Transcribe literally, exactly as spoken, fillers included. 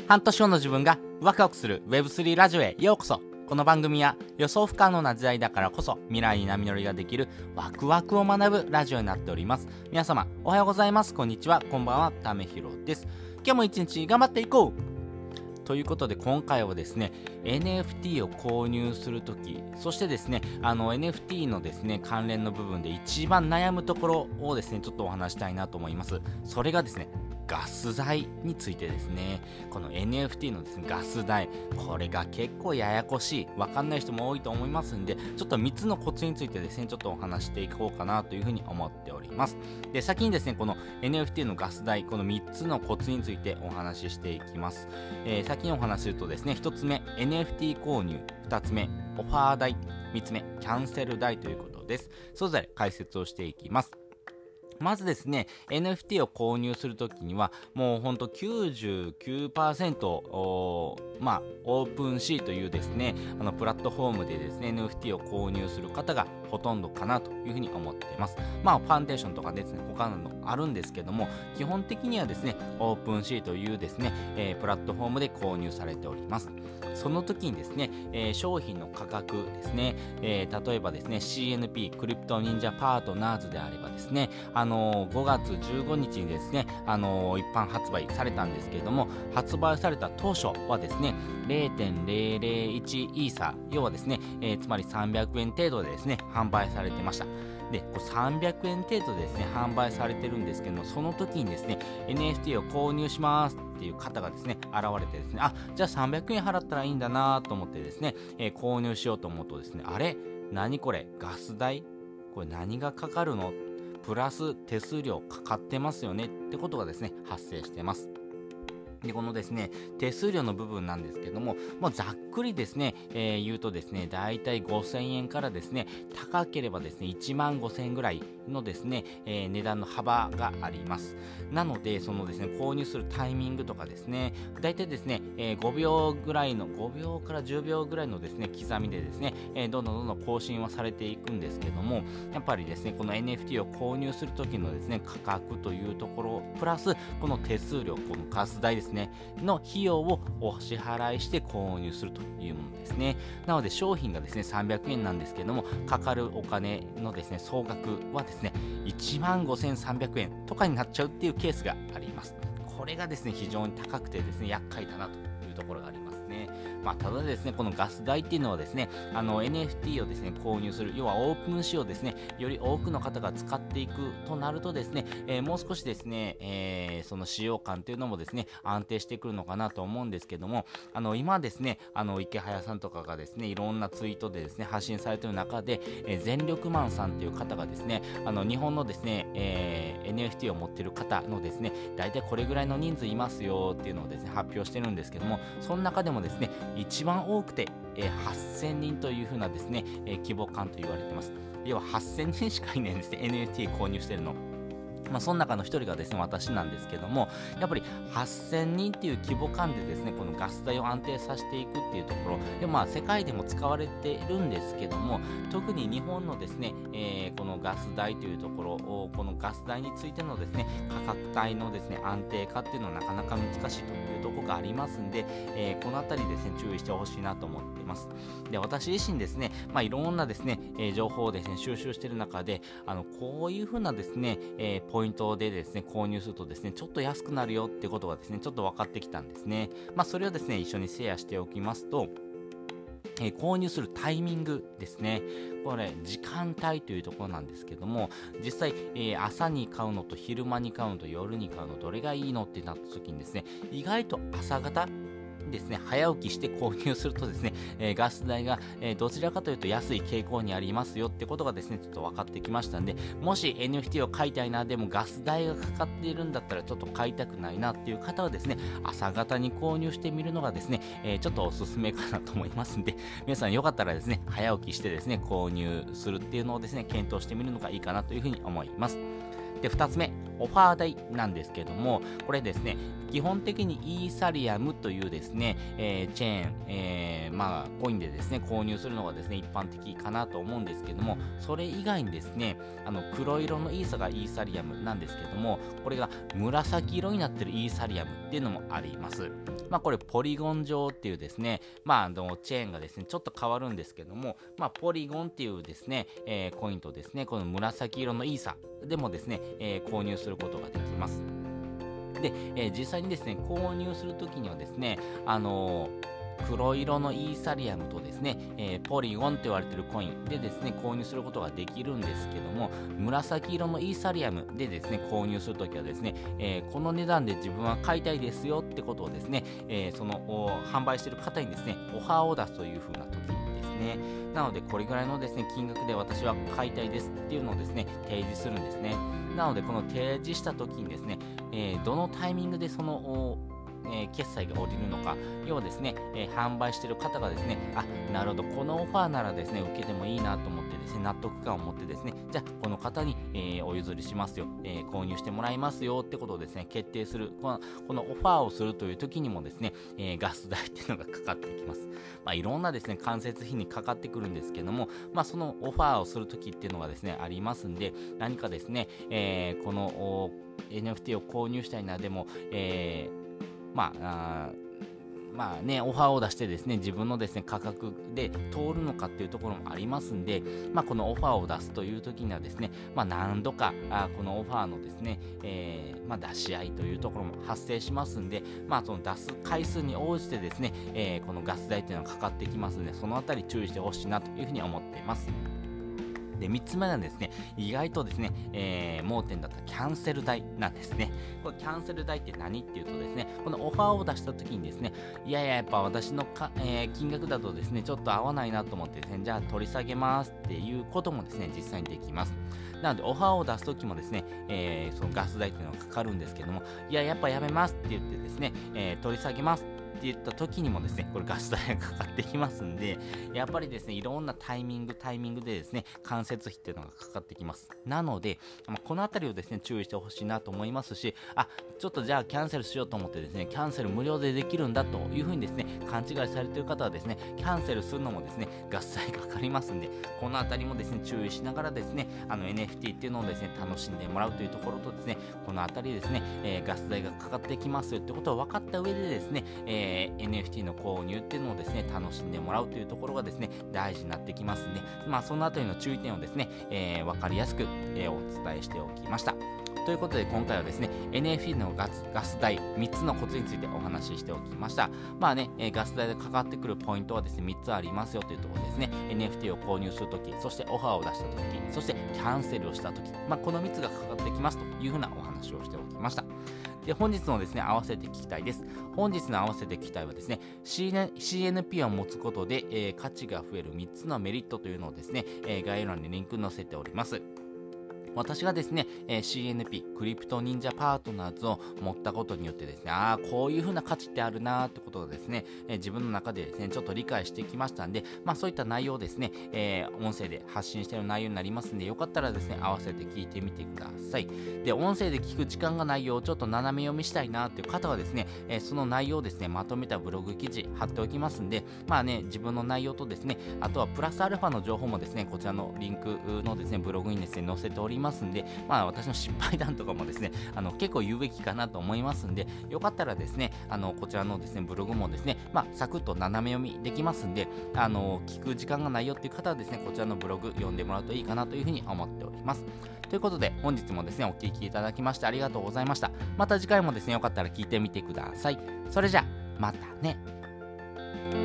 半年後の自分がワクワクする ウェブスリー ラジオへようこそ。この番組は予想不可能な時代だからこそ未来に波乗りができるワクワクを学ぶラジオになっております。皆様おはようございます、こんにちは、こんばんは、ためひろです。今日も一日頑張っていこうということで、今回はですね エヌエフティー を購入するとき、そしてですねあの エヌエフティー のですね関連の部分で一番悩むところをですねちょっとお話したいなと思います。それがですねガス代についてですね。この エヌエフティー のですねガス代、これが結構ややこしい、わかんない人も多いと思いますんで、ちょっとみっつのコツについてですねちょっとお話していこうかなというふうに思っております。で、先にですねこの エヌエフティー のガス代、このみっつのコツについてお話ししていきます。えー、先にお話しするとですね、ひとつめ エヌエフティー 購入、ふたつめオファー代、みっつめキャンセル代ということです。それぞれ解説をしていきます。まずですね エヌエフティー を購入するときにはもうほんと きゅうじゅうきゅうパーセント まあオープンシーというですねあのプラットフォームでですね エヌエフティー を購入する方がほとんどかなというふうに思っています。まあファンデーションとかですね他のあるんですけども、基本的にはですねオープンシーというですね、えー、プラットフォームで購入されております。その時にですね、えー、商品の価格ですね、えー、例えばですね シーエヌピー クリプト忍者パートナーズであればですね、あのー、ごがつじゅうごにちにですね、あのー、一般発売されたんですけれども、発売された当初はですね ゼロてんゼロゼロいち イーサ、要はですね、えー、つまりさんびゃくえん程度でですね販売されてました。で、これさんびゃくえん程度でですね販売されてるんですけども、その時にですね エヌエフティー を購入しますっていう方がですね現れてですね、あ、じゃあさんびゃくえん払ったらいいんだなと思ってですね、えー、購入しようと思うとですね、あれ何これガス代、これ何がかかるの、プラス手数料かかってますよねってことがですね発生してます。で、このですね手数料の部分なんですけども、もうざっくりですね、えー、言うとですねだいたいごせんえんからですね高ければですねいちまんごせんえんぐらいのですね、えー、値段の幅があります。なのでそのですね購入するタイミングとかですね、だいたいですね、えー、ごびょうぐらいのごびょうからじゅうびょうぐらいのですね刻みでですね、えー、どんどんどんどん更新はされていくんですけども、やっぱりですねこの エヌエフティー を購入する時のですね価格というところプラスこの手数料、このガス代ですねの費用をお支払いして購入するというものですね。なので商品がですねさんびゃくえんなんですけども、かかるお金のですね総額はですねいちまんごせんさんびゃくえんとかになっちゃうっていうケースがあります。これがですね非常に高くてですね厄介だなというところがありますね。まあ、ただですねこのガス代っていうのはですねあの エヌエフティー をですね購入する、要はオープンシーをですねより多くの方が使っていくとなるとですね、えー、もう少しですね、えー、その使用感というのもですね安定してくるのかなと思うんですけども、あの今ですねあの池早さんとかがですねいろんなツイートでですね発信されている中で、えー、全力マンさんという方がですねあの日本のですね、えー、エヌエフティー を持っている方のですねだいたいこれぐらいの人数いますよっていうのをですね発表してるんですけども、その中でもですね一番多くて、えー、はっせんにんという風なですね、えー、規模感と言われています。要ははっせんにんしかいないんですね エヌエフティー 購入してるの。まあ、その中の一人がですね私なんですけども、やっぱりはっせんにんっていう規模感でですねこのガス代を安定させていくっていうところで、まあ世界でも使われているんですけども、特に日本のですね、えー、このガス代というところを、このガス代についてのですね価格帯のですね安定化っていうのはなかなか難しいというところがありますんで、えー、このあたりですね注意してほしいなと思っています。で、私自身ですね、まあ、いろんなですね、えー、情報をですね収集している中で、あのこういうふうなですね、えー、ポイントでですね購入するとですねちょっと安くなるよっていうことがですねちょっと分かってきたんですね。まあそれをですね一緒にシェアしておきますと、えー、購入するタイミングですね。これ時間帯というところなんですけども、実際、えー、朝に買うのと昼間に買うのと夜に買うのどれがいいのってなった時にですね、意外と朝方ですね早起きして購入するとですね、えー、ガス代が、えー、どちらかというと安い傾向にありますよってことがですねちょっと分かってきましたんで、もし エヌエフティー を買いたいな、でもガス代がかかっているんだったらちょっと買いたくないなっていう方はですね朝方に購入してみるのがですね、えー、ちょっとおすすめかなと思いますんで、皆さんよかったらですね早起きしてですね購入するっていうのをですね検討してみるのがいいかなというふうに思います。で、ふたつめオファー代なんですけども、これですね、基本的にイーサリアムというですね、えー、チェーン、えー、まあコインでですね購入するのがですね一般的かなと思うんですけども、それ以外にですね、あの黒色のイーサがイーサリアムなんですけども、これが紫色になってるイーサリアムっていうのもあります。まあこれポリゴン状っていうですね、まああのチェーンがですねちょっと変わるんですけども、まあポリゴンっていうですね、えー、コインとですねこの紫色のイーサでもですね、えー、購入することができます。で、えー、実際にですね購入するときにはですね、あのー黒色のイーサリアムとですね、えー、ポリゴンと言われているコインでですね購入することができるんですけども、紫色のイーサリアムでですね購入するときはですね、えー、この値段で自分は買いたいですよってことをですね、えー、その販売している方にですねオファーを出すという風な時にですね、なのでこれぐらいのですね金額で私は買いたいですっていうのをですね提示するんですね。なのでこの提示した時にですね、えー、どのタイミングでそのえー、決済が降りるのか、要はですね、えー、販売している方がですね、あ、なるほど、このオファーならですね、受けてもいいなと思ってですね、納得感を持ってですね、じゃあ、この方に、えー、お譲りしますよ、えー、購入してもらいますよってことをですね、決定する、この、このオファーをするという時にもですね、えー、ガス代っていうのがかかってきます。まあ、いろんなですね、間接費にかかってくるんですけども、まあ、そのオファーをする時っていうのがですね、ありますんで、何かですね、えー、この エヌエフティー を購入したいな、でも、えーまあ、あまあね、オファーを出してですね、自分のですね、価格で通るのかっていうところもありますんで、まあこのオファーを出すという時にはですね、まあ何度か、あこのオファーのですね、えー、まあ出し合いというところも発生しますんで、まあその出す回数に応じてですね、えー、このガス代っていうのがかかってきますので、そのあたり注意してほしいなというふうに思っています。で、みっつめなんですね、意外とですね、えー、盲点だったキャンセル代なんですね。これキャンセル代って何っていうとですね、このオファーを出した時にですね、いやいや、やっぱ私のか、えー、金額だとですね、ちょっと合わないなと思ってですね、じゃあ取り下げますっていうこともですね、実際にできます。なので、オファーを出す時もですね、えー、そのガス代っていうのがかかるんですけども、いや、やっぱやめますって言ってですね、えー、取り下げますって言った時にもですね、これガス代がかかってきますんで、やっぱりですね、いろんなタイミングタイミングでですね、間接費っていうのがかかってきます。なので、まあ、このあたりをですね、注意してほしいなと思いますし、あ、ちょっとじゃあキャンセルしようと思ってですね、キャンセル無料でできるんだというふうにですね、勘違いされている方はですね、キャンセルするのもですね、ガス代かかりますんで、このあたりもですね、注意しながらですね、あの エヌエフティー っていうのをですね、楽しんでもらうというところとですね、このあたりですね、えー、ガス代がかかってきますよってことを分かった上でですね、えー、エヌエフティー の購入っていうのをですね、楽しんでもらうというところがですね、大事になってきますんで、まあそのあたりの注意点をですね、えー、分かりやすく、えー、お伝えしておきました。ということで今回はですね エヌエフティー のガス、ガス代みっつのコツについてお話ししておきました。まあね、えー、ガス代でかかってくるポイントはですねみっつありますよというところですね。 エヌエフティー を購入するとき、そしてオファーを出したとき、そしてキャンセルをしたとき、まあこのみっつがかかってきますというふうなお話をしておきました。で、本日のですね、合わせて聞きたいです。本日の合わせて聞きたいはですね、シーエヌピー を持つことで、えー、価値が増えるみっつのメリットというのをですね、えー、概要欄にリンク載せております。私がですね、えー、シーエヌピー、クリプト忍者パートナーズを持ったことによってですね、ああ、こういう風な価値ってあるなーってことをですね、えー、自分の中でですね、ちょっと理解してきましたんで、まあそういった内容をですね、えー、音声で発信している内容になりますんで、よかったらですね、合わせて聞いてみてください。で、音声で聞く時間がないよう、ちょっと斜め読みしたいなーっていう方はですね、えー、その内容をですね、まとめたブログ記事貼っておきますんで、まあね、自分の内容とですね、あとはプラスアルファの情報もですね、こちらのリンクのですね、ブログにですね、載せておりますますんで、まあ私の失敗談とかもですね、あの結構言うべきかなと思いますんで、よかったらですね、あのこちらのですねブログもですね、まあサクッと斜め読みできますんで、あの聞く時間がないよっていう方はですね、こちらのブログ読んでもらうといいかなというふうに思っております。ということで本日もですねお聞きいただきましてありがとうございました。また次回もですねよかったら聞いてみてください。それじゃまたね。